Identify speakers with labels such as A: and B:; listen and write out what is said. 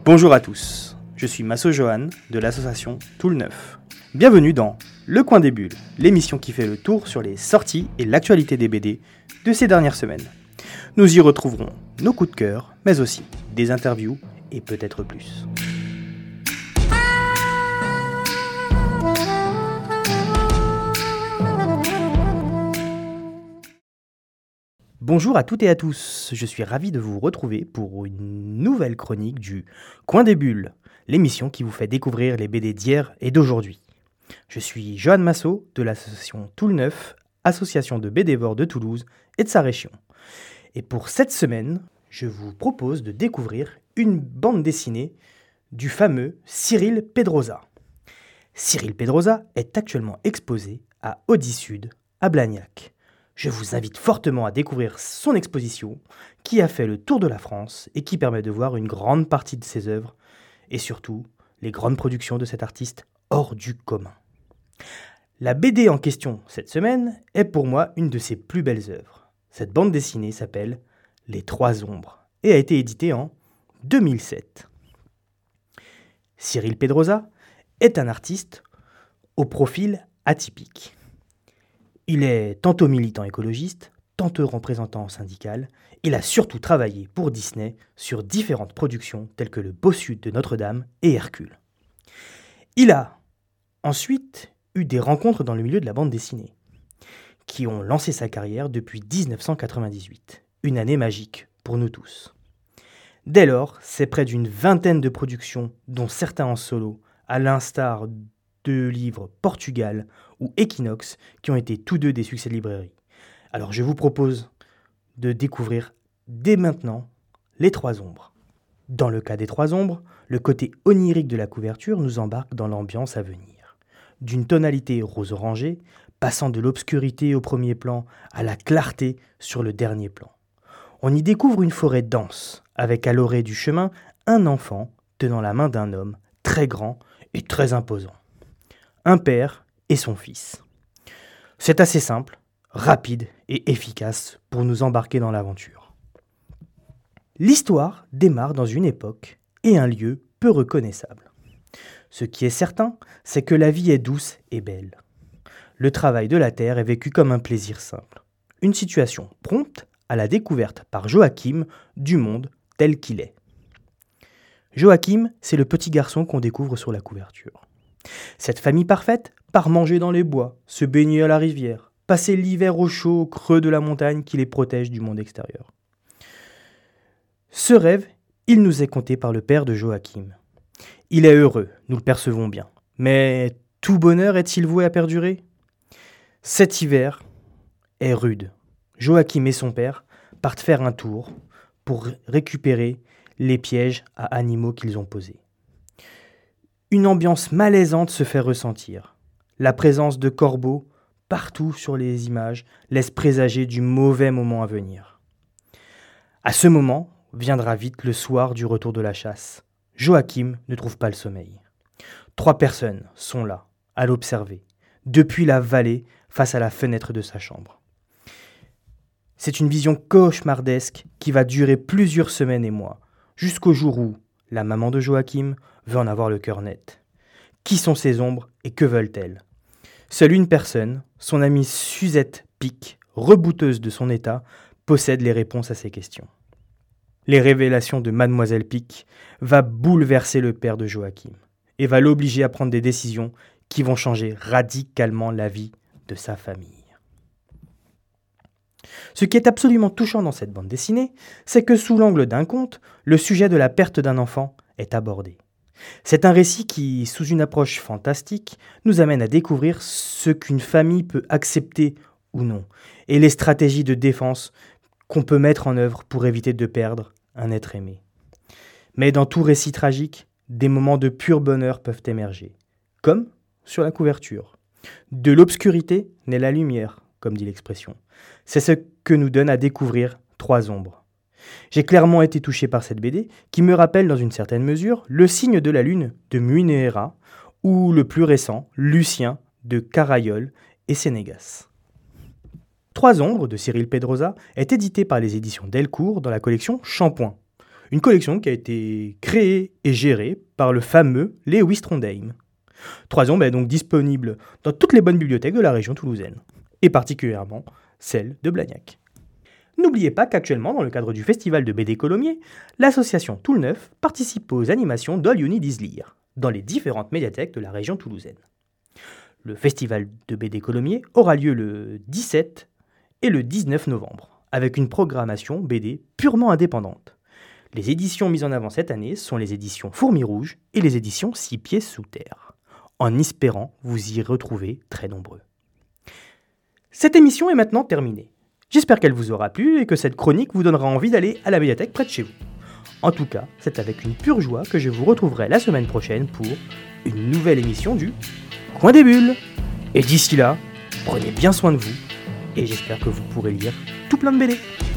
A: Bonjour à tous, je suis Masso Johan de l'association Tout le Neuf. Bienvenue dans Le Coin des Bulles, l'émission qui fait le tour sur les sorties et l'actualité des BD de ces dernières semaines. Nous y retrouverons nos coups de cœur, mais aussi des interviews et peut-être plus. Bonjour à toutes et à tous, je suis ravi de vous retrouver pour une nouvelle chronique du Coin des Bulles, l'émission qui vous fait découvrir les BD d'hier et d'aujourd'hui. Je suis Johan Masso de l'association Tout le Neuf, association de BDvores de Toulouse et de sa région. Et pour cette semaine, je vous propose de découvrir une bande dessinée du fameux Cyril Pedrosa. Cyril Pedrosa est actuellement exposé à Audi Sud, à Blagnac. Je vous invite fortement à découvrir son exposition qui a fait le tour de la France et qui permet de voir une grande partie de ses œuvres et surtout les grandes productions de cet artiste hors du commun. La BD en question cette semaine est pour moi une de ses plus belles œuvres. Cette bande dessinée s'appelle Les Trois Ombres et a été éditée en 2007. Cyril Pedrosa est un artiste au profil atypique. Il est tantôt militant écologiste, tantôt représentant syndical. Il a surtout travaillé pour Disney sur différentes productions telles que Le Bossu de Notre-Dame et Hercule. Il a ensuite eu des rencontres dans le milieu de la bande dessinée qui ont lancé sa carrière depuis 1998, une année magique pour nous tous. Dès lors, c'est près d'une vingtaine de productions, dont certains en solo, à l'instar de livres Portugal ou Equinox, qui ont été tous deux des succès de librairie. Alors je vous propose de découvrir dès maintenant Les Trois Ombres. Dans le cas des Trois Ombres, le côté onirique de la couverture nous embarque dans l'ambiance à venir. D'une tonalité rose-orangée, passant de l'obscurité au premier plan à la clarté sur le dernier plan. On y découvre une forêt dense, avec à l'orée du chemin un enfant tenant la main d'un homme très grand et très imposant. Un père et son fils. C'est assez simple, rapide et efficace pour nous embarquer dans l'aventure. L'histoire démarre dans une époque et un lieu peu reconnaissable. Ce qui est certain, c'est que la vie est douce et belle. Le travail de la terre est vécu comme un plaisir simple. Une situation prompte à la découverte par Joachim du monde tel qu'il est. Joachim, c'est le petit garçon qu'on découvre sur la couverture. Cette famille parfaite part manger dans les bois, se baigner à la rivière, passer l'hiver au chaud au creux de la montagne qui les protège du monde extérieur. Ce rêve, il nous est conté par le père de Joachim. Il est heureux, nous le percevons bien. Mais tout bonheur est-il voué à perdurer ? Cet hiver est rude. Joachim et son père partent faire un tour pour récupérer les pièges à animaux qu'ils ont posés. Une ambiance malaisante se fait ressentir. La présence de corbeaux partout sur les images laisse présager du mauvais moment à venir. À ce moment viendra vite le soir du retour de la chasse. Joachim ne trouve pas le sommeil. 3 personnes sont là, à l'observer, depuis la vallée face à la fenêtre de sa chambre. C'est une vision cauchemardesque qui va durer plusieurs semaines et mois, jusqu'au jour où la maman de Joachim veut en avoir le cœur net. Qui sont ces ombres et que veulent-elles ? Seule une personne, son amie Suzette Pic, rebouteuse de son état, possède les réponses à ces questions. Les révélations de Mademoiselle Pic va bouleverser le père de Joachim et va l'obliger à prendre des décisions qui vont changer radicalement la vie de sa famille. Ce qui est absolument touchant dans cette bande dessinée, c'est que sous l'angle d'un conte, le sujet de la perte d'un enfant est abordé. C'est un récit qui, sous une approche fantastique, nous amène à découvrir ce qu'une famille peut accepter ou non, et les stratégies de défense qu'on peut mettre en œuvre pour éviter de perdre un être aimé. Mais dans tout récit tragique, des moments de pur bonheur peuvent émerger, comme sur la couverture. De l'obscurité naît la lumière, comme dit l'expression. C'est ce que nous donne à découvrir Trois Ombres. J'ai clairement été touché par cette BD, qui me rappelle dans une certaine mesure Le Signe de la Lune de Muinera, ou le plus récent, Lucien de Carayol et Sénégas. Trois Ombres de Cyril Pedrosa est édité par les éditions Delcourt dans la collection Shampoing. Une collection qui a été créée et gérée par le fameux Lewis Trondheim. 3 ans donc disponible dans toutes les bonnes bibliothèques de la région toulousaine, et particulièrement celle de Blagnac. N'oubliez pas qu'actuellement, dans le cadre du festival de BD Colomiers, l'association Tout le Neuf participe aux animations d'All You Need Is Lire dans les différentes médiathèques de la région toulousaine. Le festival de BD Colomiers aura lieu le 17 et le 19 novembre, avec une programmation BD purement indépendante. Les éditions mises en avant cette année sont les éditions Fourmi Rouge et les éditions Six Pieds Sous Terre, en espérant vous y retrouver très nombreux. Cette émission est maintenant terminée. J'espère qu'elle vous aura plu et que cette chronique vous donnera envie d'aller à la médiathèque près de chez vous. En tout cas, c'est avec une pure joie que je vous retrouverai la semaine prochaine pour une nouvelle émission du Coin des Bulles. Et d'ici là, prenez bien soin de vous et j'espère que vous pourrez lire tout plein de BD.